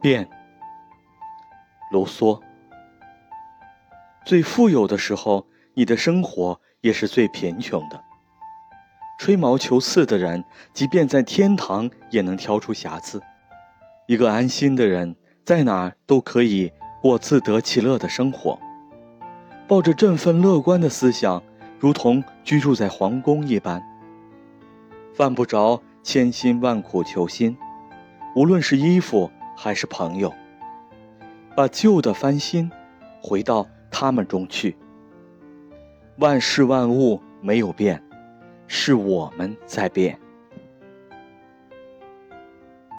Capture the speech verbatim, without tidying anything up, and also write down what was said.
变。卢梭。最富有的时候，你的生活也是最贫穷的。吹毛求疵的人，即便在天堂也能挑出瑕疵。一个安心的人，在哪儿都可以过自得其乐的生活。抱着振奋乐观的思想，如同居住在皇宫一般。犯不着千辛万苦求新，无论是衣服还是朋友，把旧的翻新，回到他们中去。万事万物没有变，是我们在变。